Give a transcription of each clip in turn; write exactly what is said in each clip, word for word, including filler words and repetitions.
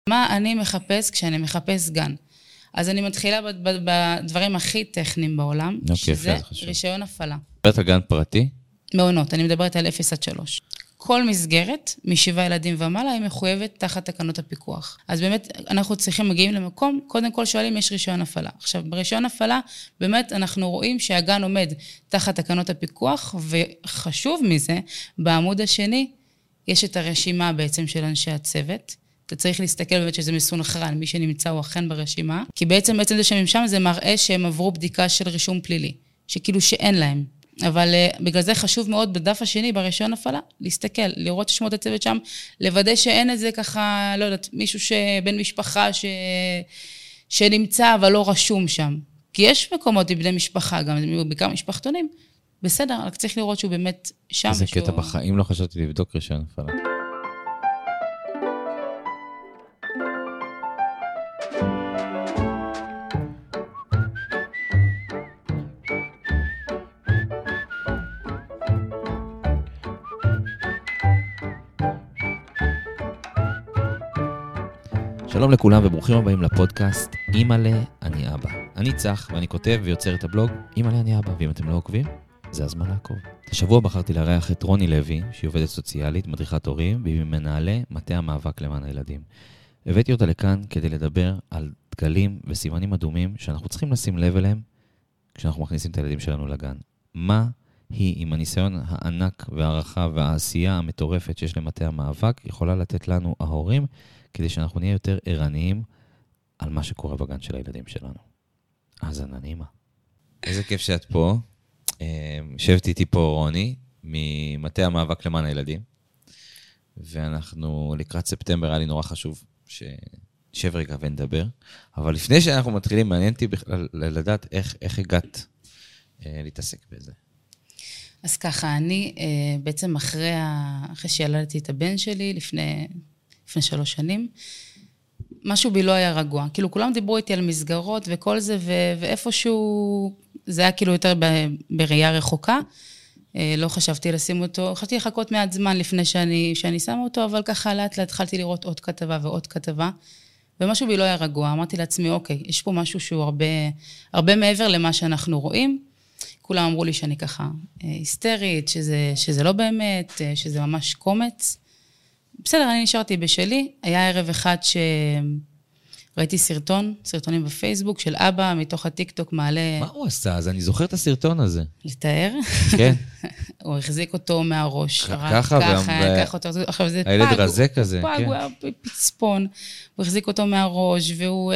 מה אני מחפש כשאני מחפש גן? אז אני מתחילה בדברים הכי טכניים בעולם, שזה רישיון הפעלה. מדברת על גן פרטי? מעונות, אני מדברת על אפס עד שלוש. כל מסגרת, משבעה ילדים ומעלה, היא מחויבת תחת תקנות הפיקוח. אז באמת, אנחנו צריכים, מגיעים למקום, קודם כל שואלים, יש רישיון הפעלה. עכשיו, ברישיון הפעלה, באמת אנחנו רואים שהגן עומד תחת תקנות הפיקוח, וחשוב מזה, בעמוד השני, יש את הרשימה בעצם של אנשי הצוות. אתה צריך להסתכל באמת שזה מסונכרן, מי שנמצא הוא אכן ברשימה, כי בעצם בעצם זה שהם שם, זה מראה שהם עברו בדיקה של רישום פלילי, שכאילו שאין להם. אבל uh, בגלל זה חשוב מאוד בדף השני, ברישיון הפעלה, להסתכל, לראות שמות הצוות שם, לוודא שאין איזה ככה, לא יודעת, מישהו שבן משפחה ש... שנמצא אבל לא רשום שם. כי יש מקומות בבני משפחה, גם בעיקר משפחתונים, בסדר, רק צריך לראות שהוא באמת שם. איזה שהוא... קטע בחיים לא חשבתי לבדוק רישיון הפעלה. שלום לכולם וברוכים הבאים לפודקאסט אימאלה אני אבא. אני צח ואני כותב ויוצר את הבלוג אימאלה אני אבא, ואם אתם לא עוקבים, זה הזמן לעקוב. השבוע בחרתי לארח את רוני לוי, שהיא עובדת סוציאלית, מדריכת הורים, והיא מנהלי מטה המאבק למען הילדים. הבאתי אותה לכאן כדי לדבר על דגלים וסימנים אדומים שאנחנו צריכים לשים לב אליהם כשאנחנו מכניסים את הילדים שלנו לגן. מה היא, עם הניסיון הענק והערכה והעשייה המטורפת שיש למטה המאבק, יכולה לתת לנו ההורים, כדי שאנחנו נהיה יותר ערניים על מה שקורה בגן של הילדים שלנו. אז נעימה. איזה כיף שאת פה. יושבת איתי פה רוני, ממטה המאבק למען הילדים. ואנחנו לקראת ספטמבר, היה לי נורא חשוב ששב רגע ונדבר. אבל לפני שאנחנו מתחילים, מעניין אותי בכלל לדעת איך, איך הגעת אה, להתעסק בזה. אז ככה, אני אה, בעצם אחרי, ה... אחרי שילדתי את הבן שלי, לפני... לפני שלוש שנים, משהו בי לא היה רגוע. כאילו, כולם דיברו איתי על מסגרות וכל זה, ו- ואיפשהו, זה היה כאילו יותר ב- בראייה רחוקה. לא חשבתי לשים אותו, חשבתי לחכות מעט זמן לפני שאני, שאני שמה אותו, אבל ככה לאט לאט התחלתי לראות עוד כתבה ועוד כתבה, ומשהו בי לא היה רגוע. אמרתי לעצמי, אוקיי, יש פה משהו שהוא הרבה, הרבה מעבר למה שאנחנו רואים. כולם אמרו לי שאני ככה היסטרית, שזה, שזה לא באמת, שזה ממש קומץ. בסדר, אני נשארתי בשלי. היה ערב אחד שראיתי סרטון, סרטונים בפייסבוק של אבא מתוך הטיקטוק מעלה... מה הוא עשה? אז אני זוכר את הסרטון הזה. לתאר? כן. הוא החזיק אותו מהראש. ככה, ככה, אותו. עכשיו זה פג. הילד רזה כזה. פג, הוא היה פצפון. הוא החזיק אותו מהראש, והוא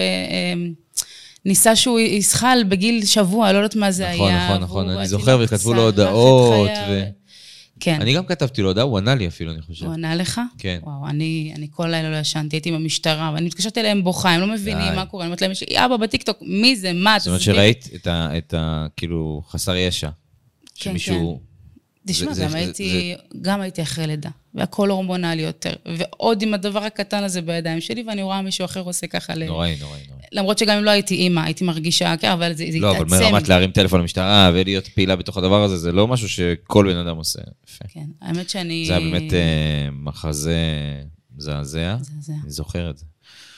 ניסה שהוא ישחל בגיל שבוע, לא יודעת מה זה היה. נכון, נכון, נכון. אני זוכר וכתבו לו הודעות ו... כן. אני גם כתבתי לו הודעה, הוא ענה לי אפילו, אני חושב. הוא ענה לך? כן. וואו, אני, אני כל לילה לא ישנתי, הייתי עם המשטרה, ואני מתקשרת אליהם בוכה, הם לא מבינים מה קורה, אני אומרת להם, אבא בטיקטוק, מי זה, מה? זאת אומרת שראית את ה, את ה, כאילו, חסר ישע, שמישהו... תשמע, גם הייתי, גם הייתי אחרי לידה, והכל הורמונלי יותר, ועוד עם הדבר הקטן הזה בידיים שלי, ואני רואה מישהו אחר עושה ככה ל... נוראי, נוראי, נוראי. למרות שגם אם לא הייתי אימא, הייתי מרגישה, כן, אבל זה התעצם. לא, אבל מרמת להרים טלפון למשטרה, ולהיות פעילה בתוך הדבר הזה, זה לא משהו שכל בן אדם עושה. כן, האמת שאני... זה היה באמת מחזה זעזע, אני זוכר את זה.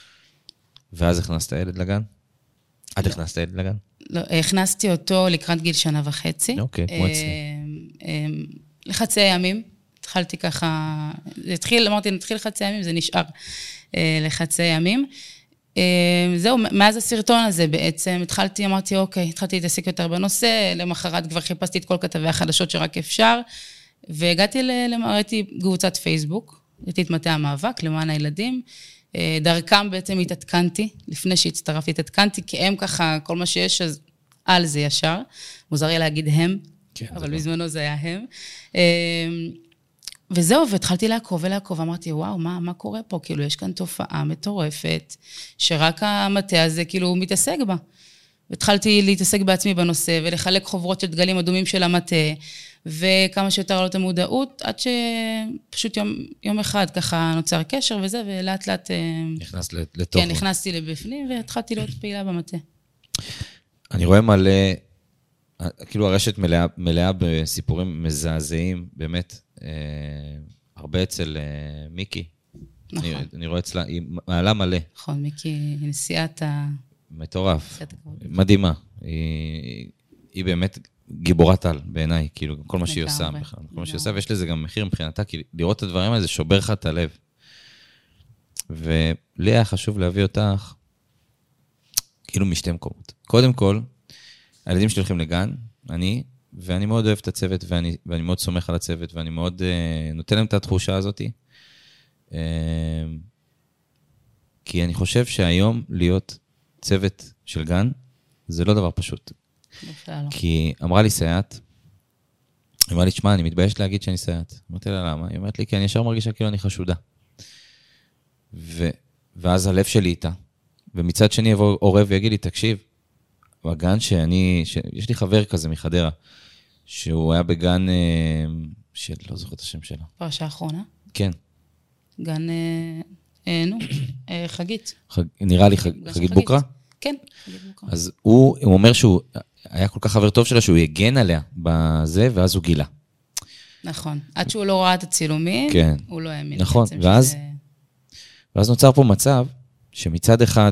ואז הכנסת ילד לגן? את הכנסת ילד לגן? לא, הכנסתי אותו לקראת גיל שנה וחצי. אוקיי, כמו אצלי. לחצי ימים, התחלתי ככה, זה התחיל, אמרתי, נתחיל לחצי ימים, זה נשאר לחצי ימים. זהו, מאז הסרטון הזה בעצם, התחלתי, אמרתי, אוקיי, התחלתי להתעסק יותר בנושא, למחרת כבר חיפשתי את כל כתבי החדשות שרק אפשר, והגעתי, ראיתי קבוצת פייסבוק, ראיתי את מטה המאבק למען הילדים, דרכם בעצם התעדכנתי, לפני שהצטרפתי התעדכנתי, כי הם ככה, כל מה שיש, אז על זה ישר, מוזר לי להגיד הם, כן, אבל בזמנו זה היה הם. וזהו, והתחלתי לעקוב ולעקוב, אמרתי, וואו, מה, מה קורה פה? כאילו, יש כאן תופעה מטורפת, שרק המטה הזה, כאילו, מתעסק בה. והתחלתי להתעסק בעצמי בנושא, ולחלק חוברות של דגלים אדומים של המטה, וכמה שיותר עלות המודעות, עד שפשוט יום, יום אחד ככה נוצר קשר וזה, ולאט לאט... נכנס לתוך. כן, נכנסתי לבפנים, והתחלתי להיות פעילה במטה. אני רואה מלא, כאילו הרשת מלאה, מלאה בסיפורים מזעזעים, באמת, אה, הרבה אצל אה, מיקי, נכון. אני, אני רואה אצלה, היא מעלה מלא. נכון, מיקי, נשיאת ה... מטורף. מדהימה. היא, היא באמת גיבורת על בעיניי, כאילו, כל מה שהיא עושה, בכלל, כל מה שהיא עושה, ויש לזה גם מחיר מבחינתה, כי לראות את הדברים האלה, זה שובר לך את הלב. ולי היה חשוב להביא אותך, כאילו משתי מקומות. קודם כל, הילדים שלי הולכים לגן, אני, ואני מאוד אוהב את הצוות, ואני, ואני מאוד סומך על הצוות, ואני מאוד uh, נותן להם את התחושה הזאת. Uh, כי אני חושב שהיום להיות צוות של גן, זה לא דבר פשוט. כי אמרה לי סייעת, אמרה לי, תשמע, אני מתבייש להגיד שאני סייעת. אמרתי לה, למה? היא אומרת לי, כי אני ישר מרגישה כאילו אני חשודה. ו, ואז הלב שלי איתה. ומצד שני יבוא עורב ויגיד לי, תקשיב, בגן שאני, ש... יש לי חבר כזה מחדרה, שהוא היה בגן של, לא זוכר את השם שלה. פרשה האחרונה? כן. גן, אה, נו, אה, חגית. חג... נראה לי חג... חגית בוקרה? כן, חגית בוקרה. אז הוא, הוא אומר שהוא היה כל כך חבר טוב שלה, שהוא יגן עליה בזה, ואז הוא גילה. נכון. עד שהוא לא ראה את הצילומים, כן. הוא לא האמין. נכון, ואז, שזה... ואז נוצר פה מצב, שמצד אחד,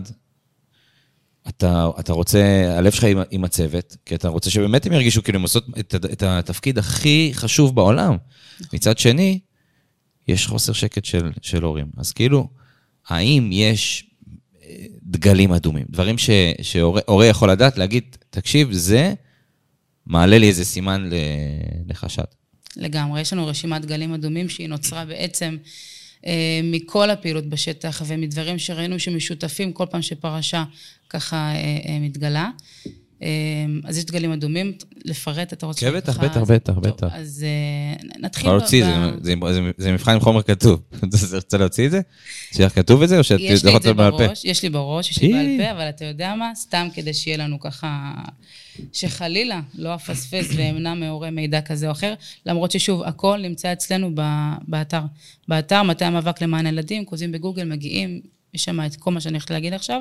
אתה, אתה רוצה, הלב שלך עם, עם הצוות, כי אתה רוצה שבאמת הם ירגישו כאילו הם עושות את, את התפקיד הכי חשוב בעולם. מצד שני, יש חוסר שקט של, של הורים. אז כאילו, האם יש דגלים אדומים? דברים ש, שהורה יכול לדעת, להגיד, תקשיב, זה מעלה לי איזה סימן לחשד. לגמרי, יש לנו רשימת דגלים אדומים שהיא נוצרה בעצם מכל הפעילות בשטח ומדברים שראינו שמשותפים כל פעם שפרשה ככה מתגלה. אז יש דגלים אדומים, לפרט, אתה רוצה... כן, בטח, בטח, בטח, בטח. אז נתחיל... להוציא, זה מבחן עם חומר כתוב. אתה רוצה להוציא את זה? שיהיה כתוב את זה, או שאת יכולה לצאת בעל פה? יש לי בראש, יש לי בעל פה, אבל אתה יודע מה? סתם כדי שיהיה לנו ככה... שחלילה לא אפספס ואמנע מהורי מידע כזה או אחר, למרות ששוב, הכל נמצא אצלנו באתר. באתר, מטה המאבק למען ילדים, כותבים בגוגל, מגיעים, יש שם את כל מה שאני הולכת להגיד עכשיו.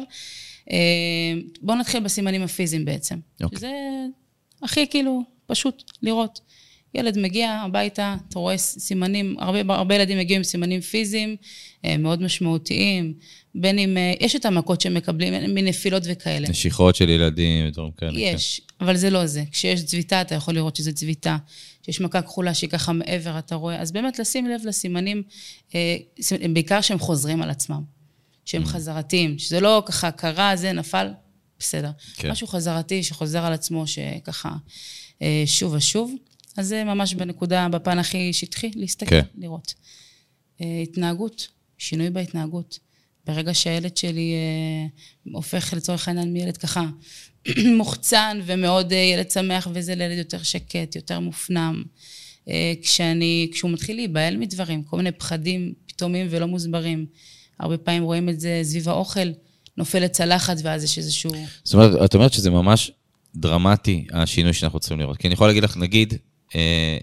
בואו נתחיל בסימנים הפיזיים בעצם. Okay. שזה הכי כאילו פשוט לראות. ילד מגיע הביתה, אתה רואה סימנים, הרבה, הרבה ילדים מגיעים עם סימנים פיזיים, מאוד משמעותיים, בין אם, יש את המכות שמקבלים, מנפילות וכאלה. נשיכות של ילדים, ודברים כאלה. יש, כן. אבל זה לא זה. כשיש צביטה, אתה יכול לראות שזה צביטה. כשיש מכה כחולה שהיא ככה מעבר, אתה רואה. אז באמת לשים לב לסימנים, בעיקר שהם חוזרים על עצמם. שהם חזרתיים, שזה לא ככה קרה, זה נפל, בסדר. כן. משהו חזרתי שחוזר על עצמו, שככה שוב ושוב. אז זה ממש בנקודה, בפן הכי שטחי, להסתכל, כן. לראות. התנהגות, שינוי בהתנהגות. ברגע שהילד שלי הופך לצורך העניין מילד ככה מוחצן ומאוד ילד שמח, וזה לילד יותר שקט, יותר מופנם. כשאני, כשהוא מתחיל להיבהל מדברים, כל מיני פחדים פתאומיים ולא מוסברים. הרבה פעמים רואים את זה סביב האוכל, נופל לצלחת ואז יש איזשהו... זאת אומרת, את אומרת שזה ממש דרמטי, השינוי שאנחנו צריכים לראות. כי אני יכול להגיד לך, נגיד, אה,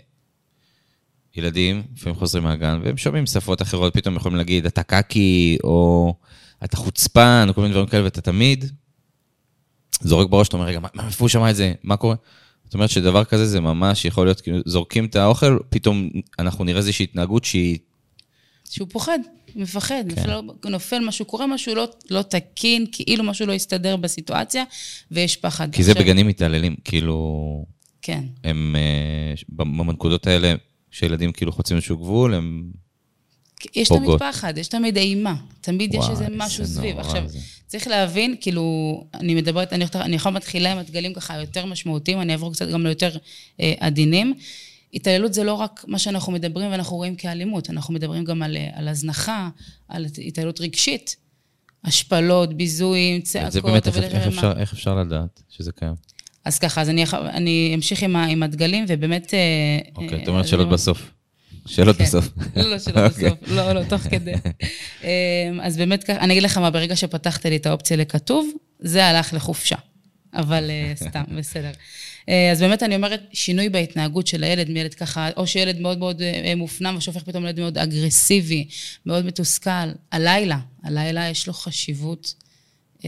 ילדים, לפעמים חוזרים מהגן, והם שומעים שפות אחרות, פתאום יכולים להגיד, אתה קקי, או אתה חוצפן, או כל מיני דברים כאלה, ואתה תמיד זורק בראש, אתה אומר, רגע, מה, איפה הוא שמע את זה? מה קורה? זאת אומרת שדבר כזה זה ממש יכול להיות, כאילו, זורקים את האוכל, פתאום אנחנו נראה איזושהי התנהגות שהיא... שהוא פוחד, הוא מפחד, כן. נופל, נופל משהו, קורה משהו לא, לא תקין, כאילו משהו לא יסתדר בסיטואציה, ויש פחד. כי זה עכשיו... בגנים מתעללים, כאילו... כן. הם, במנקודות האלה, כשילדים כאילו חוצים איזשהו גבול, הם יש פוגות. תמיד פחד, יש תמיד אימה, תמיד וואי, יש איזה משהו סביב. עכשיו, זה. צריך להבין, כאילו, אני מדברת, אני, אני יכול מתחילה עם הדגלים ככה יותר משמעותיים, אני אעבור קצת גם ליותר אה, עדינים. התעללות זה לא רק מה שאנחנו מדברים ואנחנו רואים כאלימות, אנחנו מדברים גם על, על הזנחה, על התעללות רגשית, השפלות, ביזויים, צעקות. זה באמת, איך, איך, אפשר, איך אפשר לדעת שזה קיים? אז ככה, אז אני, אני אמשיך עם, עם הדגלים, ובאמת... אוקיי, את אומרת שאלות בסוף. שאלות בסוף. לא, לא, שאלות בסוף. לא, לא, תוך כדי. אז באמת, אני אגיד לך מה, ברגע שפתחת לי את האופציה לכתוב, זה הלך לחופשה. אבל סתם, בסדר. אז באמת אני אומרת, שינוי בהתנהגות של הילד, מילד ככה, או שילד מאוד מאוד מופנם, ושהופך פתאום לילד מאוד אגרסיבי, מאוד מתוסכל. הלילה, הלילה יש לו חשיבות.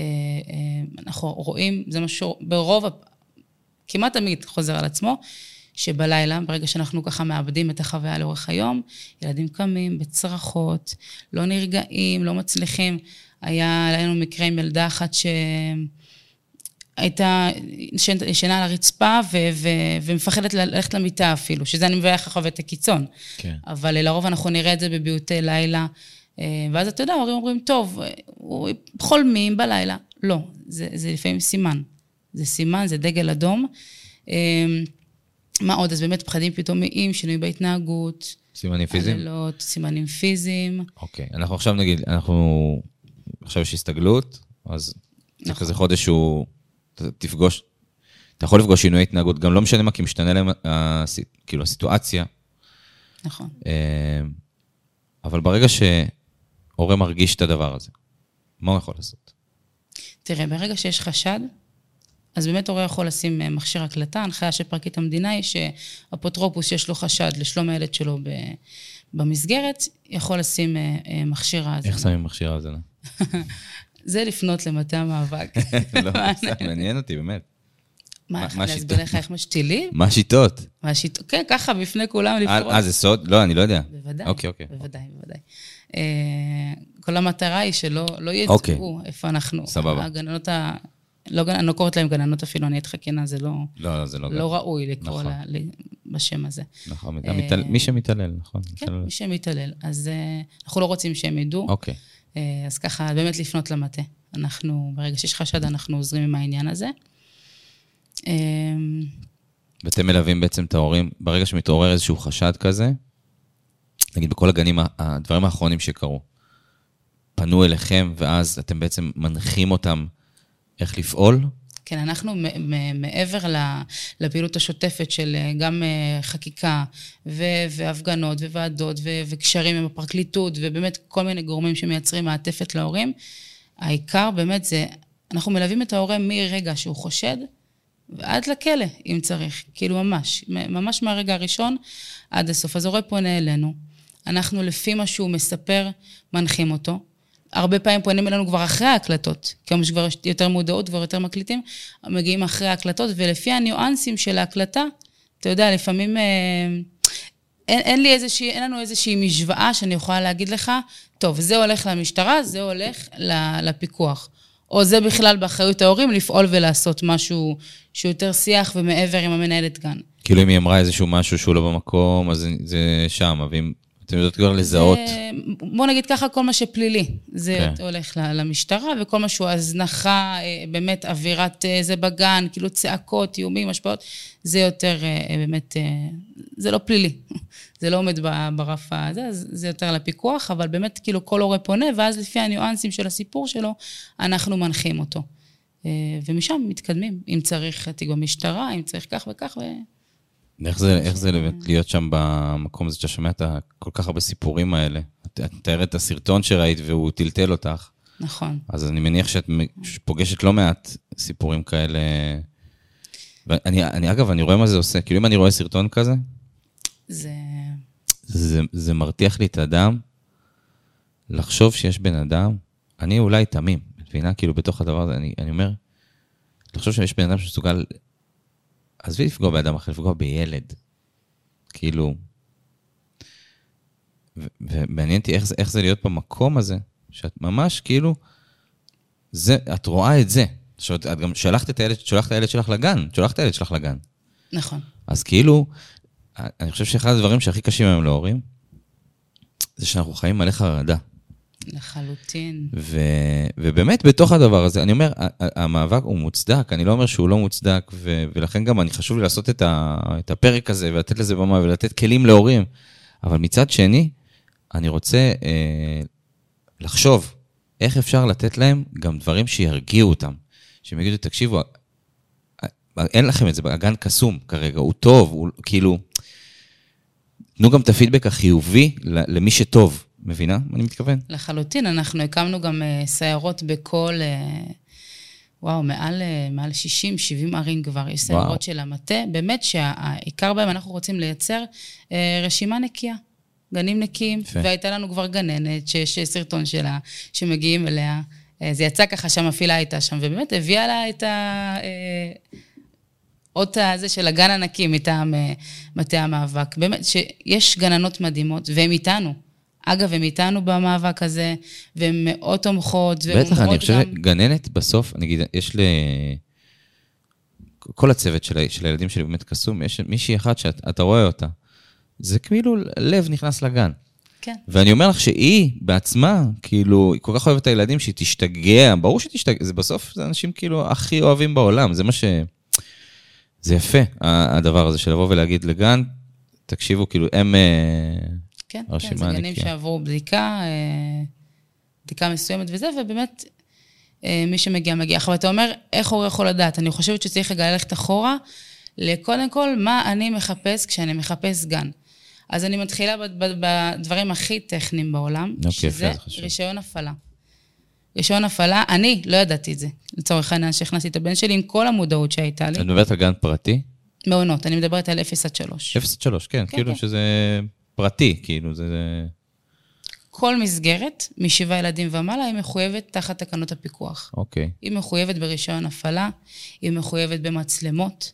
אנחנו רואים, זה משהו, ברוב, כמעט תמיד חוזר על עצמו, שבלילה, ברגע שאנחנו ככה מאבדים את החוויה לאורך היום, ילדים קמים בצרחות, לא נרגעים, לא מצליחים. היה לנו מקרה עם ילדה אחת שהייתה ישנה על הרצפה ו- ו- ומפחדת ללכת למיטה אפילו, שזה אני מביא לך חוות הקיצון. כן. אבל לרוב אנחנו נראה את זה בביוטי לילה, ואז אתה יודע, ההורים אומרים, טוב, חולמים בלילה. לא, זה, זה לפעמים סימן. זה סימן, זה דגל אדום. מה עוד? אז באמת פחדים פתאומיים, שינוי בהתנהגות. סימנים פיזיים? עלילות, סימנים פיזיים. אוקיי, אנחנו עכשיו נגיד, אנחנו, עכשיו יש הסתגלות, אז זה כזה חודש שהוא, תפגוש, אתה יכול לפגוש שינוי התנהגות, גם לא משנה מה, כי משתנה להם, כאילו, הסיטואציה. נכון. אבל ברגע שהורה מרגיש את הדבר הזה, מה הוא יכול לעשות? תראה, ברגע שיש חשד, אז באמת הורה יכול לשים מכשיר הקלטה, הנחיה של פרקליט המדינה היא שאפוטרופוס שיש לו חשד לשלום הילד שלו במסגרת, יכול לשים מכשיר האזנה. איך שמים מכשיר האזנה? זה לפנות למטה המאבק. לא, מעניין אותי, באמת. מה, אני אסביר לך איך משתילים? מה השיטות? מה השיטות? כן, ככה, בפני כולם לפרוט. אה, זה סוד? לא, אני לא יודע. בוודאי. אוקיי, אוקיי. בוודאי, בוודאי. כל המטרה היא שלא ידעו איפה אנחנו. סבבה. הגננות ה... אני לא קוראת להם גננות אפילו, אני אתחכנה, זה לא ראוי לקרוא בשם הזה. נכון, מי שמתעלל, נכון. כן, מי שמתעלל. אז אנחנו לא רוצים שהם ידעו. אוקיי. אז ככה, באמת לפנות למטה. אנחנו, ברגע שיש חשד, אנחנו עוזרים עם העניין הזה. ואתם מלווים בעצם את ההורים, ברגע שמתעורר איזשהו חשד כזה, נגיד בכל הגנים, הדברים האחרונים שקרו, פנו אליכם, ואז אתם בעצם מנחים אותם איך לפעול? כן, אנחנו מעבר לפעילות השוטפת של גם חקיקה והפגנות וועדות וקשרים עם הפרקליטות, ובאמת כל מיני גורמים שמייצרים מעטפת להורים, העיקר באמת זה, אנחנו מלווים את ההורה מרגע שהוא חושד, ועד לכלא, אם צריך, כאילו ממש, ממש מהרגע הראשון עד הסוף. אז הורה פונה אלינו, אנחנו לפי מה שהוא מספר, מנחים אותו, הרבה פעמים פונים אלינו כבר אחרי ההקלטות, כי יש כבר יותר מודעות כבר יותר מקליטים, מגיעים אחרי ההקלטות, ולפי הניואנסים של ההקלטה, אתה יודע, לפעמים אין, אין, לי איזושהי, אין לנו איזושהי משוואה שאני יכולה להגיד לך, טוב, זה הולך למשטרה, זה הולך לפיקוח. או זה בכלל באחריות ההורים לפעול ולעשות משהו שהוא יותר שיח ומעבר עם המנהלת גן. כאילו אם היא אמרה איזשהו משהו שהוא לא במקום, אז זה שם, ואם אתם יודעות כבר לזהות. בוא נגיד ככה, כל מה שפלילי, זה הולך למשטרה, וכל מה שהוא הזנחה, באמת אווירת זה בגן, כאילו צעקות, איומים, השפעות, זה יותר באמת, זה לא פלילי. זה לא עומד ברף הזה, זה יותר לפיקוח, אבל באמת כאילו כל הורה פונה, ואז לפי הניואנסים של הסיפור שלו, אנחנו מנחים אותו. ומשם מתקדמים, אם צריך תיק במשטרה, אם צריך כך וכך, ו... איך זה, איך זה להיות שם במקום הזה, ששמע את כל כך הרבה סיפורים האלה? את תארת את הסרטון שראית והוא טלטל אותך. נכון. אז אני מניח שאת פוגשת לא מעט סיפורים כאלה. ואני, אני, אגב, אני רואה מה זה עושה. כאילו אם אני רואה סרטון כזה, זה... זה, זה מרתיח לי את האדם, לחשוב שיש בן אדם, אני אולי תמים, מבינה? כאילו בתוך הדבר הזה, אני, אני אומר, לחשוב שיש בן אדם שסוגל, עזבי לפגוע באדם אחר, לפגוע בילד. כאילו, ומעניין אותי איך זה, איך זה להיות במקום הזה, שאת ממש כאילו, זה, את רואה את זה. שאת, את גם שלחת את הילד, שולחת את הילד שלך לגן, שולחת את הילד שלך לגן. נכון. אז כאילו, אני חושב שאחד הדברים שהכי קשים היום להורים, זה שאנחנו חיים מלא חרדה. לחלוטין. ו, ובאמת בתוך הדבר הזה, אני אומר, המאבק הוא מוצדק, אני לא אומר שהוא לא מוצדק, ו, ולכן גם אני חשוב לי לעשות את, ה, את הפרק הזה, ולתת לזה במה, ולתת כלים להורים. אבל מצד שני, אני רוצה אה, לחשוב, איך אפשר לתת להם גם דברים שירגיעו אותם. שהם יגידו, תקשיבו, אין לכם את זה, הגן קסום כרגע, הוא טוב, הוא כאילו, תנו גם את הפידבק החיובי למי שטוב, מבינה? אני מתכוון. לחלוטין, אנחנו הקמנו גם סיירות בכל, וואו, מעל, מעל שישים שבעים ערים כבר, יש סיירות וואו. של המטה, באמת שהעיקר בהם אנחנו רוצים לייצר רשימה נקייה, גנים נקיים, פה. והייתה לנו כבר גננת, שיש סרטון שלה, שמגיעים אליה, זה יצא ככה שהמפעילה הייתה שם, ובאמת הביאה לה את ה... אות הזה של הגן הנקי מטעם מטה המאבק. באמת שיש גננות מדהימות, והן איתנו. אגב, הם איתנו במאבק הזה, והן מאוד תומכות. בטח, אני חושב שגננת בסוף, נגיד, יש ל... כל הצוות של, של הילדים שלי באמת קסום, יש מישהי אחת שאתה רואה אותה, זה כאילו לב נכנס לגן. כן. ואני אומר לך שהיא בעצמה, כאילו, היא כל כך אוהבת את הילדים שהיא תשתגע, ברור שהיא תשתגע, זה בסוף, זה אנשים כאילו הכי אוהבים בעולם, זה מה ש... זה יפה, הדבר הזה של לבוא ולהגיד לגן, תקשיבו, כאילו, הם... כן, כן, זה גנים שעברו בדיקה, בדיקה מסוימת וזה, ובאמת, מי שמגיע, מגיע. אבל אתה אומר, איך הוא יכול לדעת? אני חושבת שצריך רגע ללכת אחורה, לקודם כל, מה אני מחפש כשאני מחפש גן. אז אני מתחילה בדברים הכי טכניים בעולם, שזה רישיון הפעלה. רישיון הפעלה, אני לא ידעתי את זה. לצורך העניין שהכנסתי את הבן שלי עם כל המודעות שהייתה לי. את מדברת על גן פרטי? מעונות, אני מדברת על אפס עד שלוש. אפס עד שלוש, כן, כאילו שזה פרטי, כאילו זה... כל מסגרת, משבעה ילדים ומעלה, היא מחויבת תחת תקנות הפיקוח. אוקיי. היא מחויבת ברישיון הפעלה, היא מחויבת במצלמות,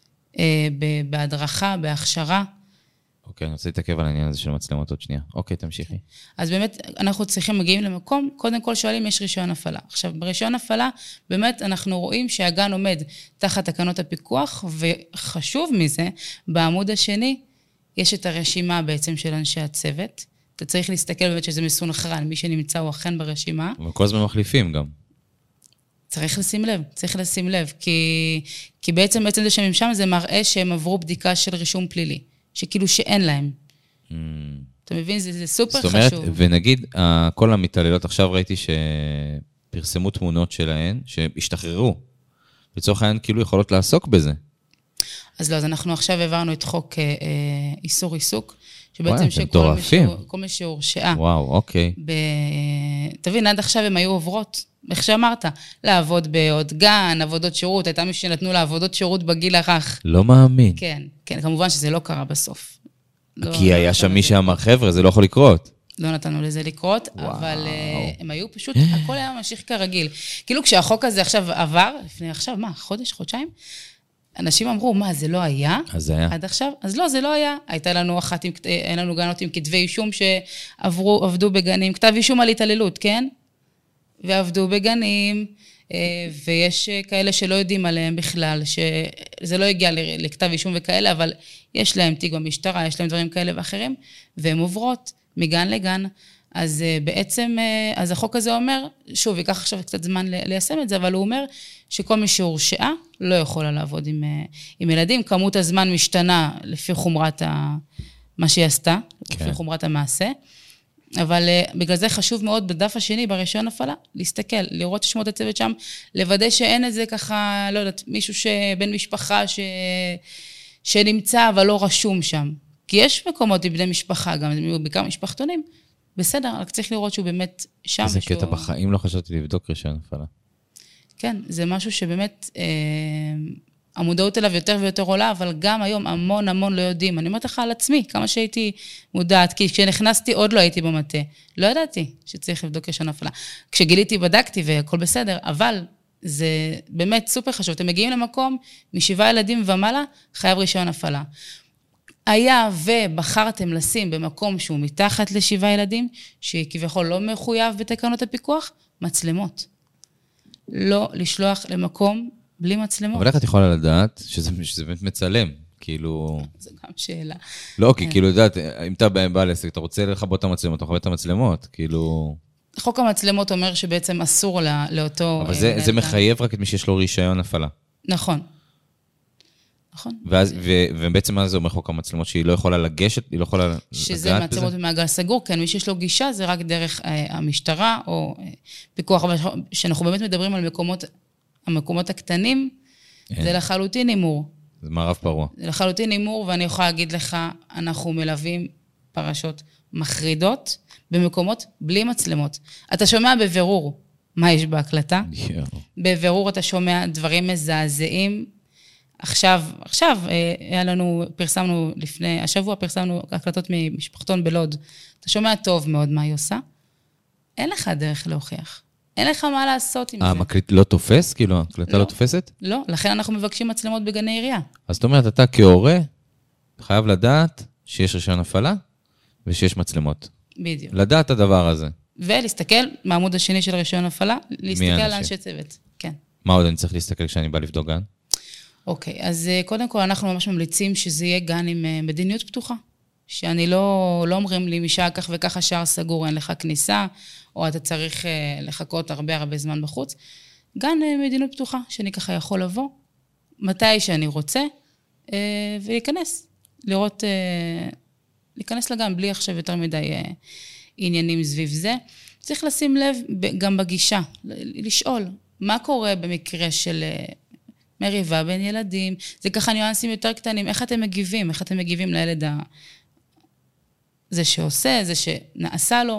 בהדרכה, בהכשרה. אוקיי, אני רוצה להתעכב על העניין הזה של מצלמות עוד שנייה. אוקיי, תמשיכי. אז באמת, אנחנו צריכים, מגיעים למקום, קודם כל שואלים, יש רישיון הפעלה. עכשיו, ברישיון הפעלה, באמת אנחנו רואים שהגן עומד תחת תקנות הפיקוח, וחשוב מזה, בעמוד השני, יש את הרשימה בעצם של אנשי הצוות. אתה צריך להסתכל באמת שזה מסונכרן, מי שנמצא הוא אכן ברשימה. אבל כל הזמן מחליפים גם. צריך לשים לב, צריך לשים לב, כי, כי בעצם, בעצם זה שהם שם, זה מראה שהם עברו בדיקה של רישום פלילי. שכאילו שאין להם. Mm. אתה מבין? זה, זה סופר חשוב. זאת אומרת, ונגיד, כל המתעללות, עכשיו ראיתי שפרסמו תמונות שלהן, שהשתחררו. לצורך העניין, כאילו יכולות לעסוק בזה. אז לא, אז אנחנו עכשיו העברנו את חוק אה, איסור עיסוק, שבעצם וואי, שכל מי שהורשעה. וואו, אוקיי. ב... תבין, עד עכשיו הם היו עוברות, איך שאמרת, לעבוד בעוד גן, עבודות שירות, הייתה מי שנתנו לעבודות שירות בגיל הרך. לא מאמין. כן, כן, כמובן שזה לא קרה בסוף. כי לא, היה לא שם מי שאמר, חבר'ה, זה לא יכול לקרות. לא נתנו לזה לקרות, וואו. אבל uh, הם היו פשוט, הכל היה ממשיך כרגיל. כאילו כשהחוק הזה עכשיו עבר, לפני עכשיו, מה, חודש, חודשיים? אנשים אמרו, מה, זה לא היה? אז זה היה. עד עכשיו? אז לא, זה לא היה. הייתה לנו אחת, עם, אין לנו גנות עם כתבי אישום שעברו, עבדו בגנים, כתב אישום על התעללות, כן? ועבדו בגנים, ויש כאלה שלא יודעים עליהם בכלל, שזה לא הגיע לכתב אישום וכאלה, אבל יש להם תיק במשטרה, יש להם דברים כאלה ואחרים, והן עוברות מגן לגן. אז בעצם, אז החוק הזה אומר, שוב, ייקח עכשיו קצת זמן ליישם את זה, אבל הוא אומר שכל מי שהורשעה לא יכולה לעבוד עם, עם ילדים. כמות הזמן משתנה לפי חומרת ה, מה שהיא עשתה, כן. לפי חומרת המעשה. אבל בגלל זה חשוב מאוד בדף השני, ברישיון הפעלה, להסתכל, לראות ששמות הצוות שם, לוודא שאין איזה ככה, לא יודעת, מישהו שבן משפחה ש... שנמצא אבל לא רשום שם. כי יש מקומות לבני משפחה, גם בעיקר משפחתונים, בסדר, רק צריך לראות שהוא באמת שם. איזה שהוא... קטע בחיים לא חשבתי לבדוק רישיון הפעלה. כן, זה משהו שבאמת, אה, המודעות אליו יותר ויותר עולה, אבל גם היום המון המון לא יודעים. אני אומרת לך על עצמי, כמה שהייתי מודעת, כי כשנכנסתי עוד לא הייתי במטה. לא ידעתי שצריך לבדוק רישיון הפעלה. כשגיליתי בדקתי והכל בסדר, אבל זה באמת סופר חשוב. אתם מגיעים למקום משבעה ילדים ומעלה, חייב רישיון הפעלה. היה ובחרתם לשים במקום שהוא מתחת לשבעה ילדים, שכביכול לא מחויב בתקנות הפיקוח, מצלמות. לא לשלוח למקום בלי מצלמות. אבל איך את יכולה לדעת שזה, שזה באמת מצלם? כאילו... זו גם שאלה. לא, כי כאילו, יודעת, אם אתה בא לעסק, אתה רוצה לכבות את המצלמות, אתה חווה את המצלמות, כאילו... חוק המצלמות אומר שבעצם אסור לא, לאותו... אבל זה, זה מחייב רק את מי שיש לו רישיון הפעלה. נכון. נכון. ואז, ו, ובעצם מה זה אומר חוק המצלמות, שהיא לא יכולה לגשת, היא לא יכולה לגעת בזה? שזה מצלמות במעגל סגור, כן, מי שיש לו גישה, זה רק דרך המשטרה, או פיקוח, שאנחנו באמת מדברים על מקומות, המקומות הקטנים, זה לחלוטין אימור. זה מערב פרוע. זה לחלוטין אימור, ואני יכולה להגיד לך, אנחנו מלווים פרשות מחרידות, במקומות בלי מצלמות. אתה שומע בבירור מה יש בהקלטה, בבירור אתה שומע דברים מזעזעים, עכשיו, עכשיו, היה לנו, פרסמנו לפני, השבוע פרסמנו הקלטות ממשפחתון בלוד. אתה שומע טוב מאוד מה היא עושה. אין לך דרך להוכיח. אין לך מה לעשות עם זה. המקליט לא תופס? כאילו, הקלטה לא תופסת? לא, לכן אנחנו מבקשים מצלמות בגני עירייה. אז זאת אומרת, אתה כהורה חייב לדעת שיש רישיון הפעלה ושיש מצלמות. בדיוק. לדעת הדבר הזה. ולהסתכל מהעמוד השני של רישיון הפעלה, להסתכל על אנשי צוות. כן. מה עוד אני צריך להסתכל כשאני בא לבדוק גן? אוקיי, אז קודם כל אנחנו ממש ממליצים שזה יהיה גן עם מדיניות פתוחה. שאני לא, לא אומרים לי משעה כך וככה שער סגור, אין לך כניסה, או אתה צריך לחכות הרבה הרבה זמן בחוץ. גן מדיניות פתוחה, שאני ככה יכול לבוא, מתי שאני רוצה, ולהיכנס, לראות, להיכנס לגן, בלי עכשיו יותר מדי עניינים סביב זה. צריך לשים לב גם בגישה, לשאול, מה קורה במקרה של מריבה בין ילדים, זה ככה ניואנסים יותר קטנים, איך אתם מגיבים, איך אתם מגיבים לילד ה... זה שעושה, זה שנעשה לו,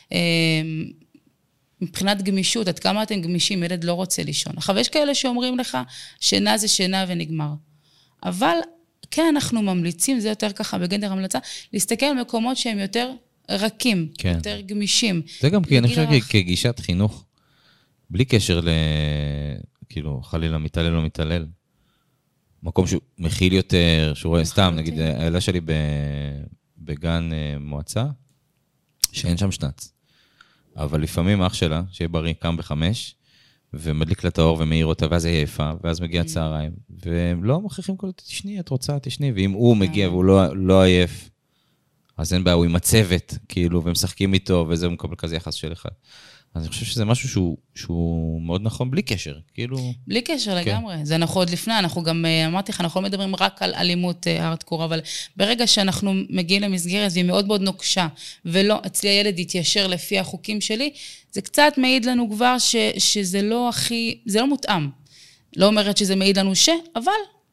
מבחינת גמישות, עד כמה אתם גמישים, ילד לא רוצה לישון. עכשיו, יש כאלה שאומרים לך, שינה זה שינה ונגמר. אבל כן, אנחנו ממליצים, זה יותר ככה בגדר המלצה, להסתכל על מקומות שהם יותר רכים, כן. יותר גמישים. זה גם כי אני חושב כגישת חינוך, בלי קשר ל... כאילו, חלילה מתעלל או מתעלל. מקום שהוא מכיל יותר, שהוא רואה סתם, נגיד, הילדה שלי ב... בגן מועצה, שאין שם שנץ. אבל לפעמים אח שלה, שיהיה בריא, קם בחמש, ומדליק לה את האור ומאיר אותה, ואז היא יפה, ואז מגיע צהריים, והם לא מכריחים כל תשני, את רוצה, תשני, ואם הוא מגיע והוא לא, לא עייף, אז אין בעיה, הוא עם הצוות, כאילו, והם משחקים איתו, וזה הוא מקבל כזה יחס של אחד. אז אני חושב שזה משהו שהוא, שהוא מאוד נכון, בלי קשר, כאילו... בלי קשר לגמרי, כן. זה אנחנו עוד לפני, אנחנו גם, אמרתי לך, אנחנו לא מדברים רק על אלימות הארדקור, אבל ברגע שאנחנו מגיעים למסגרת, והיא מאוד מאוד נוקשה, ולא, אצלי הילד יתיישר לפי החוקים שלי, זה קצת מעיד לנו כבר ש, שזה לא הכי, זה לא מותאם. לא אומרת שזה מעיד לנו ש, אבל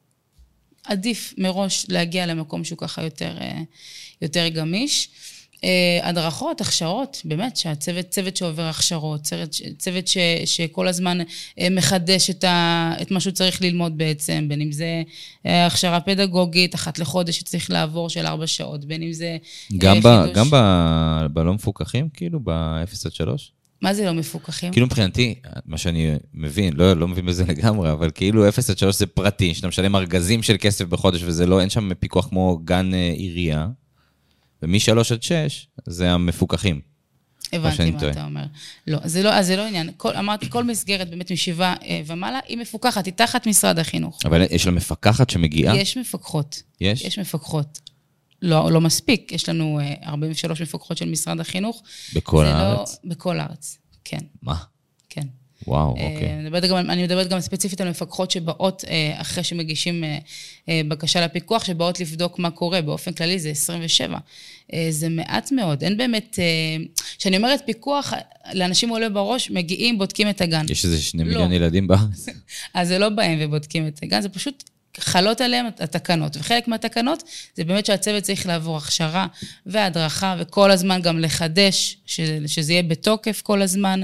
עדיף מראש להגיע למקום שהוא ככה יותר, יותר גמיש. הדרכות, הכשרות, באמת, שהצוות, צוות שעובר הכשרות, צוות, צוות ש, שכל הזמן מחדש את, ה, את מה שהוא צריך ללמוד בעצם, בין אם זה הכשרה פדגוגית, אחת לחודש שצריך לעבור של ארבע שעות, בין אם זה גם חידוש. ב, גם ב, בלא מפוקחים, כאילו, ב-אפס עד שלוש? מה זה לא מפוקחים? כאילו מבחינתי, מה שאני מבין, לא, לא מבין בזה לגמרי, אבל כאילו אפס עד שלוש זה פרטי, שאתה משלם ארגזים של כסף בחודש, וזה לא, אין שם פיקוח כמו גן עירייה, ומ-שלוש עד שש, זה המפוקחים. הבנתי מה אתה אומר. לא, זה לא, אז זה לא עניין. כל, אמרתי, כל מסגרת באמת משבעה ומעלה, היא מפוקחת, היא תחת משרד החינוך. אבל יש לה מפקחת שמגיעה? יש מפקחות. יש? יש מפקחות. לא, לא מספיק. יש לנו ארבעים ושלוש מפקחות של משרד החינוך. בכל הארץ? לא, בכל הארץ, כן. מה? כן. וואו, אוקיי. אני מדברת גם, אני מדברת גם ספציפית על מפקחות שבאות, אחרי שמגישים בקשה לפיקוח, שבאות לבדוק מה קורה, באופן כללי זה עשרים ושבע. זה מעט מאוד, אין באמת, כשאני אומרת פיקוח, לאנשים עולה בראש, מגיעים, בודקים את הגן. יש איזה שני מיליון ילדים בארץ. אז זה לא באים ובודקים את הגן, זה פשוט חלות עליהם התקנות, וחלק מהתקנות זה באמת שהצוות צריך לעבור הכשרה והדרכה, וכל הזמן גם לחדש, שזה יהיה בתוקף כל הזמן.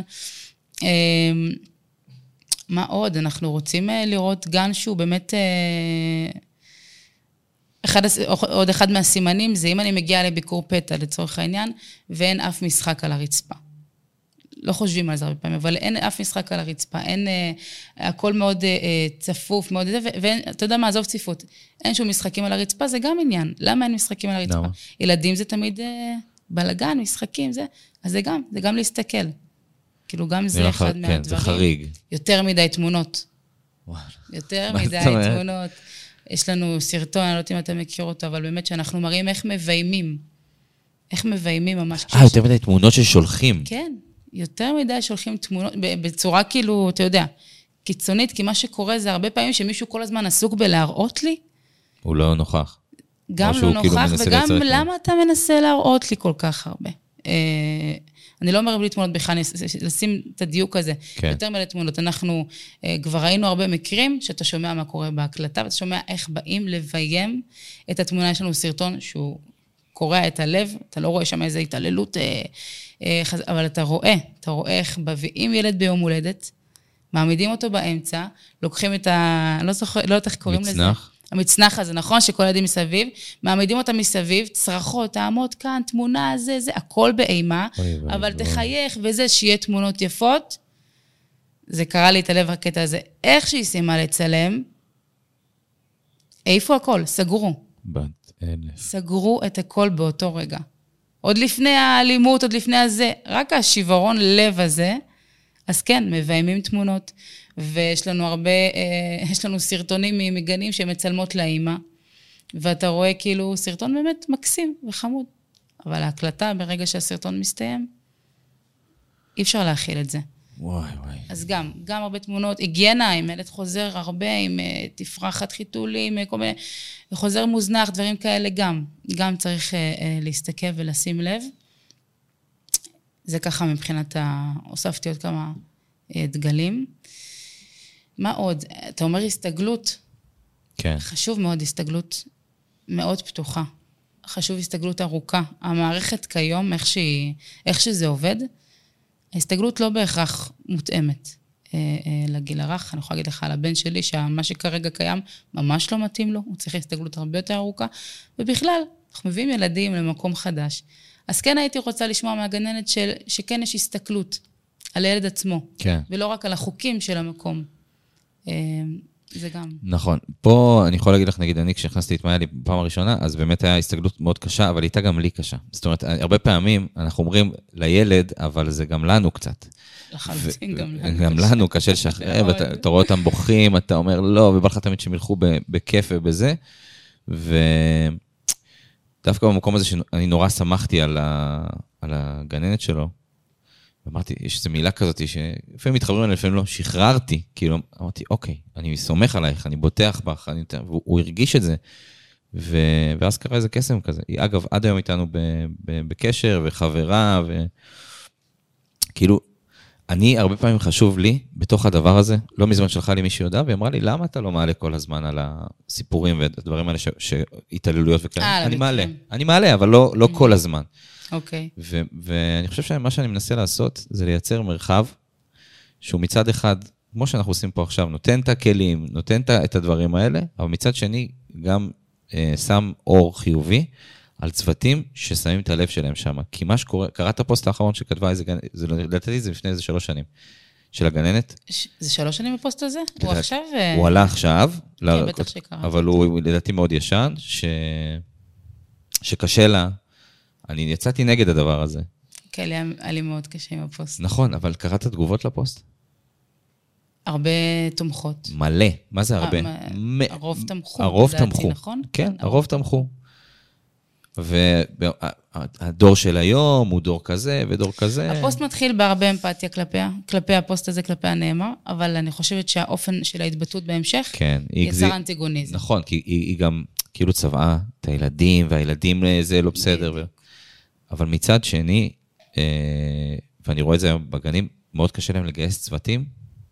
מה עוד? אנחנו רוצים לראות גן שהוא באמת, אחד, עוד אחד מהסימנים זה אם אני מגיעה לביקור פתע לצורך העניין, ואין אף משחק על הרצפה. לא חושבים על זה הרבה פעמים, אבל אין אף משחק על הרצפה, אין, הכל מאוד צפוף, מאוד, ואתה יודע מה, עזוב צפיפות, אין שום משחקים על הרצפה, זה גם עניין. למה אין משחקים על הרצפה? ילדים זה תמיד בלגן, משחקים, זה, אז זה גם, זה גם להסתכל. כאילו גם זה אחד מהדברים. זה חריג. יותר מדי תמונות. יותר מדי תמונות. יש לנו סרטון, אני לא יודעת אם אתה מכיר אותו, אבל באמת שאנחנו מראים איך מביימים. איך מביימים ממש. אה, יותר מדי תמונות ששולחים. כן, יותר מדי שולחים תמונות, בצורה כאילו, אתה יודע, קיצונית, כי מה שקורה זה הרבה פעמים שמישהו כל הזמן עסוק בלהראות לי. הוא לא נוכח. גם לא נוכח, וגם למה אתה מנסה להראות לי כל כך הרבה? אני לא אומר בלי תמונות בכלל, לשים את הדיוק הזה, כן. יותר מלא תמונות. אנחנו כבר ראינו הרבה מקרים, שאתה שומע מה קורה בהקלטה, ואתה שומע איך באים לביים את התמונה. יש לנו סרטון שהוא קורע את הלב, אתה לא רואה שם איזו התעללות, אבל אתה רואה, אתה רואה איך בביאים ילד ביום הולדת, מעמידים אותו באמצע, לוקחים את ה... אני לא זוכר, לא יודעת איך קוראים לזה. מצנח. המצנח הזה, נכון? שכל ילדים מסביב, מעמידים אותם מסביב, צרחות, תעמוד כאן, תמונה, זה, זה, הכל באימה, אבל תחייך וזה, שיהיה תמונות יפות, זה קרה לי את הלב הקטע הזה. איך שהיא סיימה לצלם, איפה הכל? סגרו. בת אלף. סגרו את הכל באותו רגע. עוד לפני האלימות, עוד לפני הזה, רק השברון לב הזה, אז כן, מביימים תמונות, ויש לנו הרבה, יש לנו סרטונים מגנים שמצלמות לאמא, ואתה רואה כאילו סרטון באמת מקסים וחמוד, אבל ההקלטה ברגע שהסרטון מסתיים, אי אפשר להכיל את זה. וואי וואי. אז גם, גם הרבה תמונות, היגיינה, עם ילד חוזר הרבה, עם uh, תפרחת חיתולים, כל מיני, חוזר מוזנח, דברים כאלה גם. גם צריך uh, uh, להסתכל ולשים לב. זה ככה מבחינת ה... הוספתי עוד כמה uh, דגלים. מה עוד? אתה אומר הסתגלות. כן. חשוב מאוד הסתגלות מאוד פתוחה. חשוב הסתגלות ארוכה. המערכת כיום, איך, שהיא, איך שזה עובד, ההסתגלות לא בהכרח מותאמת אה, אה, לגיל הרך. אני יכולה להגיד לך על הבן שלי, שמה שכרגע קיים ממש לא מתאים לו, הוא צריך הסתגלות הרבה יותר ארוכה, ובכלל, אנחנו מביאים ילדים למקום חדש. אז כן הייתי רוצה לשמוע מהגננת של, שכן יש הסתכלות על הילד עצמו, כן. ולא רק על החוקים של המקום. אה, זה גם. נכון. פה אני יכול להגיד לך, נגיד, אני כשנכנסתי את מאיה לי פעם הראשונה, אז באמת היה הסתגלות מאוד קשה, אבל הייתה גם לי קשה. זאת אומרת, הרבה פעמים אנחנו אומרים לילד, אבל זה גם לנו קצת. לחלוטין גם לנו. גם לנו קשה לשחרר, ואתה רואה אותם בוכים, אתה אומר לא, ובא לך תמיד שהם ילכו בכיף ובזה, ודווקא במקום הזה שאני נורא שמחתי על הגננת שלו, אמרתי, יש איזו מילה כזאת, שלפעמים מתחברים עליה, לפעמים לא, שחררתי, כאילו, אמרתי, אוקיי, אני סומך עלייך, אני בוטח בך, אני... והוא הרגיש את זה, ו... ואז קרה איזה קסם כזה. היא, אגב, עד היום איתנו ב... ב... בקשר, וחברה, וכאילו, אני, הרבה פעמים חשוב לי, בתוך הדבר הזה, לא מזמן שלחה לי מישהו יודע, והיא אמרה לי, למה אתה לא מעלה כל הזמן על הסיפורים, והדברים האלה ש... שהתעללויות וכאלה? אני מעלה, אני מעלה, אבל לא, לא כל הזמן. אוקיי. ו- ואני חושב שמה שאני מנסה לעשות, זה לייצר מרחב, שהוא מצד אחד, כמו שאנחנו עושים פה עכשיו, נותן את הכלים, נותן את הדברים האלה, אבל מצד שני, גם אה, שם אור חיובי, על צוותים ששמים את הלב שלהם שם. כי מה שקורה, קראת הפוסט האחרון שכתבה איזה גננת, זה לדעתי זה לפני איזה שלוש שנים, של הגננת. ש- זה שלוש שנים בפוסט הזה? הוא עכשיו... הוא עלה עכשיו, כן, ל- בטח שקראת. אבל הוא לדעתי מאוד ישן, ש... שקשה לה, אני יצאתי נגד הדבר הזה. כן, היה לי מאוד קשה עם הפוסט. נכון, אבל קראת תגובות לפוסט? הרבה תומכות. מלא. מה זה הרבה? הרוב תמכו. הרוב תמכו. נכון? כן, הרוב תמכו. והדור של היום הוא דור כזה ודור כזה. הפוסט מתחיל בהרבה אמפתיה כלפיה, כלפי הפוסט הזה, כלפי הנאמר, אבל אני חושבת שהאופן של ההתבטאות בהמשך, יצר אנטיגוניזם. נכון, כי היא גם כאילו צבעה את הילדים, והילדים זה לא בסדר. אבל מצד שני, ואני רואה את זה היום בגנים, מאוד קשה להם לגייס צוותים,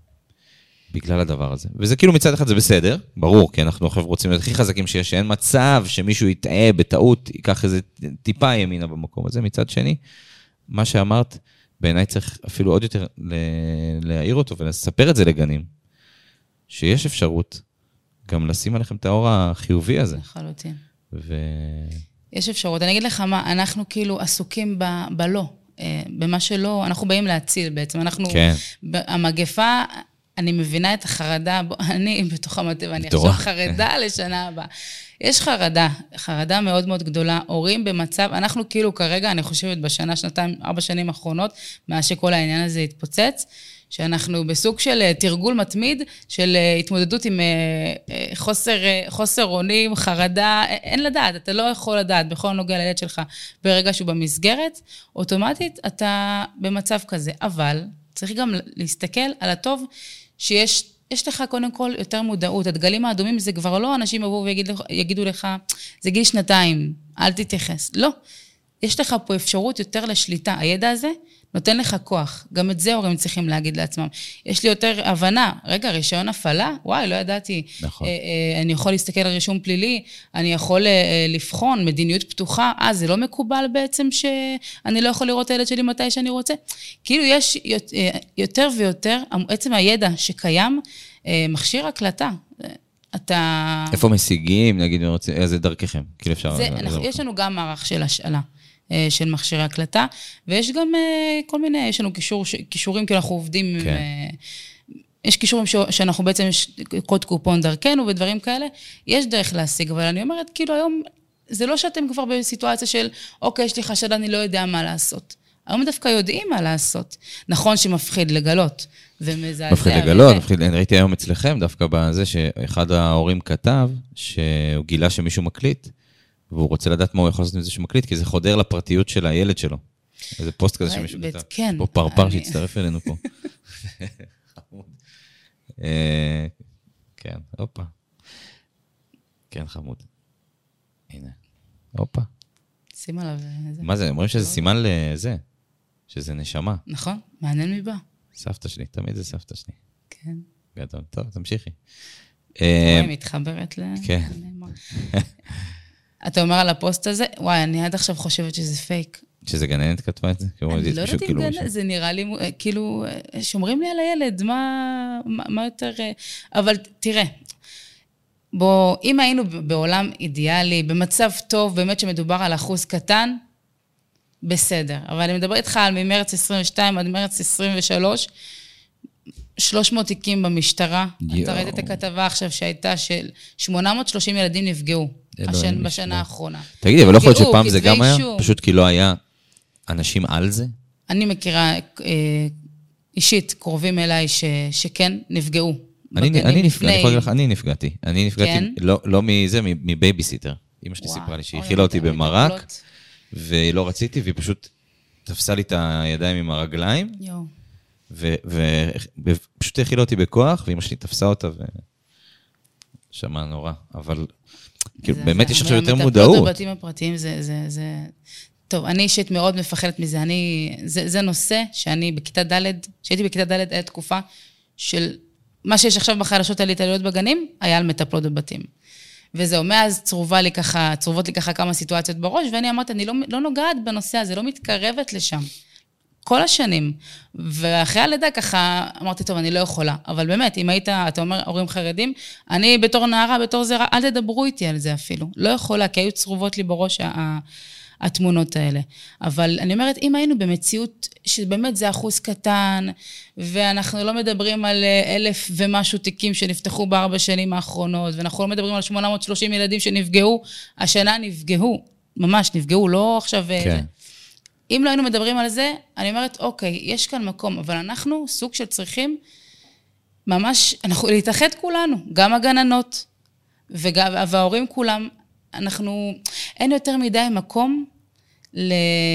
בגלל הדבר הזה. וזה כאילו מצד אחד זה בסדר, ברור, כי אנחנו עכשיו רוצים להיות הכי חזקים שיש, שאין מצב שמישהו יטעה בטעות, ייקח איזה טיפה ימינה במקום הזה. מצד שני, מה שאמרת, בעיניי צריך אפילו עוד יותר להעיר אותו, ולספר את זה לגנים, שיש אפשרות גם לשים עליכם את האור החיובי הזה. לחלוטין. ו... יש אפשרות. אני אגיד לך מה, אנחנו כאילו עסוקים ב- בלא, במה שלא, אנחנו באים להציל בעצם. אנחנו, כן. המגפה, אני מבינה את החרדה, אני בתוך המטה, ואני עכשיו חרדה לשנה הבאה. יש חרדה, חרדה מאוד מאוד גדולה, הורים במצב, אנחנו כאילו כרגע, אני חושבת בשנה, שנתיים, ארבע שנים האחרונות, מאז שכל העניין הזה התפוצץ, שאנחנו בסוג של תרגול מתמיד, של התמודדות עם חוסר, חוסר אונים, חרדה, אין לדעת, אתה לא יכול לדעת, בכל נוגע לילד שלך, ברגע שהוא במסגרת, אוטומטית אתה במצב כזה, אבל צריך גם להסתכל על הטוב, שיש יש לך קודם כל יותר מודעות, הדגלים האדומים זה כבר לא, אנשים יבואו ויגידו לך, זה גיל שנתיים, אל תתייחס, לא, יש לך פה אפשרות יותר לשליטה, הידע הזה נותן לך כוח, גם את זה הורים צריכים להגיד לעצמם, יש לי יותר הבנה, רגע, רישיון הפעלה, וואי, לא ידעתי, נכון. אני יכול להסתכל על רישום פלילי, אני יכול לבחון מדיניות פתוחה, אה, זה לא מקובל בעצם שאני לא יכול לראות את הילד שלי מתי שאני רוצה, כאילו יש יותר ויותר, עצם הידע שקיים, מכשיר הקלטה, אתה... איפה משיגים, נגיד, איזה דרככם? כאילו אפשר... זה, אנחנו, יש לנו גם מערך של השאלה. של מכשירי הקלטה, ויש גם כל מיני, יש לנו קישור, קישורים, כי אנחנו עובדים, כן. יש קישורים ש... שאנחנו בעצם, יש קוד קופון דרכנו ודברים כאלה, יש דרך להשיג, אבל אני אומרת, כאילו היום, זה לא שאתם כבר בסיטואציה של, אוקיי, יש לי חשד, אני לא יודע מה לעשות. היום דווקא יודעים מה לעשות. נכון שמפחיד לגלות, ומזעזע. מפחיד לגלות, מפחיד, אני ראיתי היום אצלכם, דווקא בזה שאחד ההורים כתב, שהוא גילה שמישהו מקליט, והוא רוצה לדעת מה הוא יכול לעשות עם זה שמקליט, כי זה חודר לפרטיות של הילד שלו. איזה פוסט כזה שמישהו כתב. כן. פה פרפר שהצטרף אלינו פה. חמוד. כן, הופה. כן, חמוד. הנה. הופה. שים עליו. מה זה? אומרים שזה סימן לזה. שזה נשמה. נכון, מעניין מבא. סבתא שלי, תמיד זה סבתא שלי. כן. גדול, טוב, תמשיכי. היא מתחברת ל... כן. אתה אומר על הפוסט הזה, וואי, אני עד עכשיו חושבת שזה פייק. שזה גננת כתבה את זה? אני לא יודעת אם גננת, זה נראה לי, כאילו, שומרים לי על הילד, מה יותר... אבל תראה, בוא, אם היינו בעולם אידיאלי, במצב טוב, באמת שמדובר על אחוז קטן, בסדר. אבל אני מדבר איתך על ממרץ עשרים ושתיים עד מרץ עשרים ושלוש, שלוש מאות תיקים במשטרה. אתה ראית את הכתבה עכשיו שהייתה של שמונה מאות ושלושים ילדים נפגעו בשנה האחרונה. תגידי, אבל לא יכול להיות שפעם זה גם היה? פשוט כי לא היה אנשים על זה? אני מכירה אישית קרובים אליי שכן נפגעו. אני נפגעתי. אני נפגעתי, לא מזה, מבייביסיטר. אמא שלי סיפרה לי שהיא הכילה אותי במרק, ולא רציתי, והיא פשוט תפסה לי את הידיים עם הרגליים, ופשוט הכילה אותי בכוח, ואמא שלי תפסה אותה, ושמע נורא. אבל באמת יש עכשיו יותר מודעות. מטפלות בבתים הפרטיים זה... טוב, אני אישית מאוד מפחדת מזה. זה נושא שאני בכיתה ד', שהייתי בכיתה ד' היה תקופה של מה שיש עכשיו בחדשות על התעללויות בגנים, היה על מטפלות בבתים. וזהו, מאז צרובה לי ככה, צרובות לי ככה כמה סיטואציות בראש, ואני אמרתי, אני לא, לא נוגעת בנושא הזה, לא מתקרבת לשם. כל השנים. ואחרי הלידה ככה, אמרתי, טוב, אני לא יכולה. אבל באמת, אם היית, אתה אומר, הורים חרדים, אני בתור נערה, בתור זרע, אל תדברו איתי על זה אפילו. לא יכולה, כי היו צרובות לי בראש ה... התמונות האלה. אבל אני אומרת, אם היינו במציאות שבאמת זה אחוז קטן, ואנחנו לא מדברים על אלף ומשהו תיקים שנפתחו בארבע שנים האחרונות, ואנחנו לא מדברים על שמונה מאות ושלושים ילדים שנפגעו, השנה נפגעו, ממש נפגעו, לא עכשיו... כן. אם לא היינו מדברים על זה, אני אומרת, אוקיי, יש כאן מקום, אבל אנחנו סוג של צריכים ממש, אנחנו להתאחד כולנו, גם הגננות, וגם, וההורים כולם, אנחנו, אין יותר מדי מקום, ל...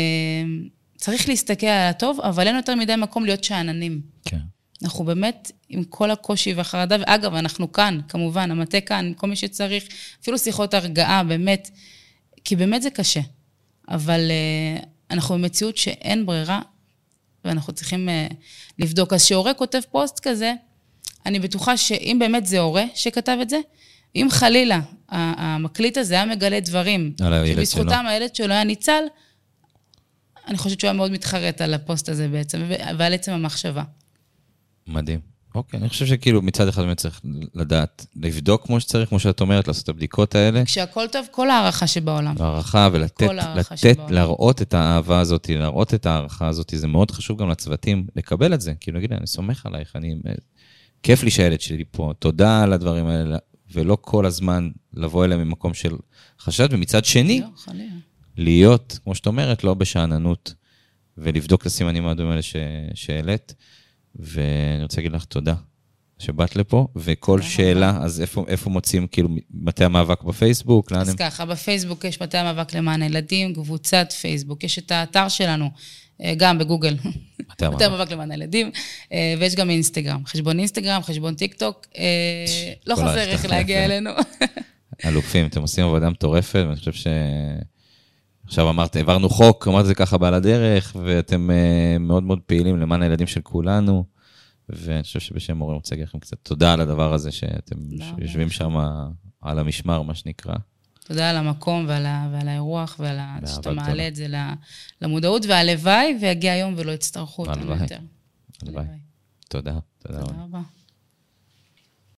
צריך להסתכל על הטוב, אבל אין יותר מדי מקום להיות שעננים. כן. אנחנו באמת, עם כל הקושי והחרדה, ואגב, אנחנו כאן, כמובן, המטה כאן, עם כל מי שצריך, אפילו שיחות הרגעה, באמת, כי באמת זה קשה. אבל אנחנו במציאות שאין ברירה, ואנחנו צריכים לבדוק. אז שהורה כותב פוסט כזה, אני בטוחה שאם באמת זה הורה שכתב את זה, אם חלילה, המקליט הזה היה מגלה דברים, שבזכותם הילד שלו היה ניצל, אני חושבת שהוא היה מאוד מתחרט על הפוסט הזה בעצם, ועל עצם המחשבה. מדהים. אוקיי, אני חושב שכאילו מצד אחד באמת צריך לדעת, לבדוק כמו שצריך, כמו שאת אומרת, לעשות את הבדיקות האלה. כשהכל טוב, כל הערכה שבעולם. הערכה, ולתת, לתת, להראות את האהבה הזאת, להראות את הערכה הזאת, זה מאוד חשוב גם לצוותים, לקבל את זה. כאילו, נגיד, אני סומך עלייך, אני, כיף לי שהילד שלי פה, תודה על הדברים האלה, ולא כל הזמן לבוא אליהם ממקום של חשד, ומצד שני, לא, חלילה. להיות, כמו שאת אומרת, לא בשעננות, ולבדוק את הסימנים האדומים האלה שהעלית, ואני רוצה להגיד לך תודה שבאת לפה, וכל שאלה, אז איפה, איפה מוצאים, כאילו, מטה המאבק בפייסבוק? אז ככה, בפייסבוק יש מטה המאבק למען הילדים, קבוצת פייסבוק, יש את האתר שלנו, גם בגוגל, מטה המאבק למען הילדים, ויש גם אינסטגרם, חשבון אינסטגרם, חשבון טיק טוק, לא חסר איך להגיע אלינו. אלופים, אתם עושים עבודה מטורפת, ואני חושב ש... עכשיו אמרת, העברנו חוק, אמרת זה ככה בעל הדרך, ואתם מאוד מאוד פעילים למען הילדים של כולנו, ואני חושב שבשם מורה רוצה להגיד לכם קצת תודה על הדבר הזה, שאתם יושבים שם על המשמר, מה שנקרא. תודה על המקום ועל, ה, ועל האירוח, ועל ה, שאתה מעלה את זה למודעות, והלוואי, ויגיע היום ולא יצטרכו אותנו יותר. הלוואי. תודה. תודה רבה.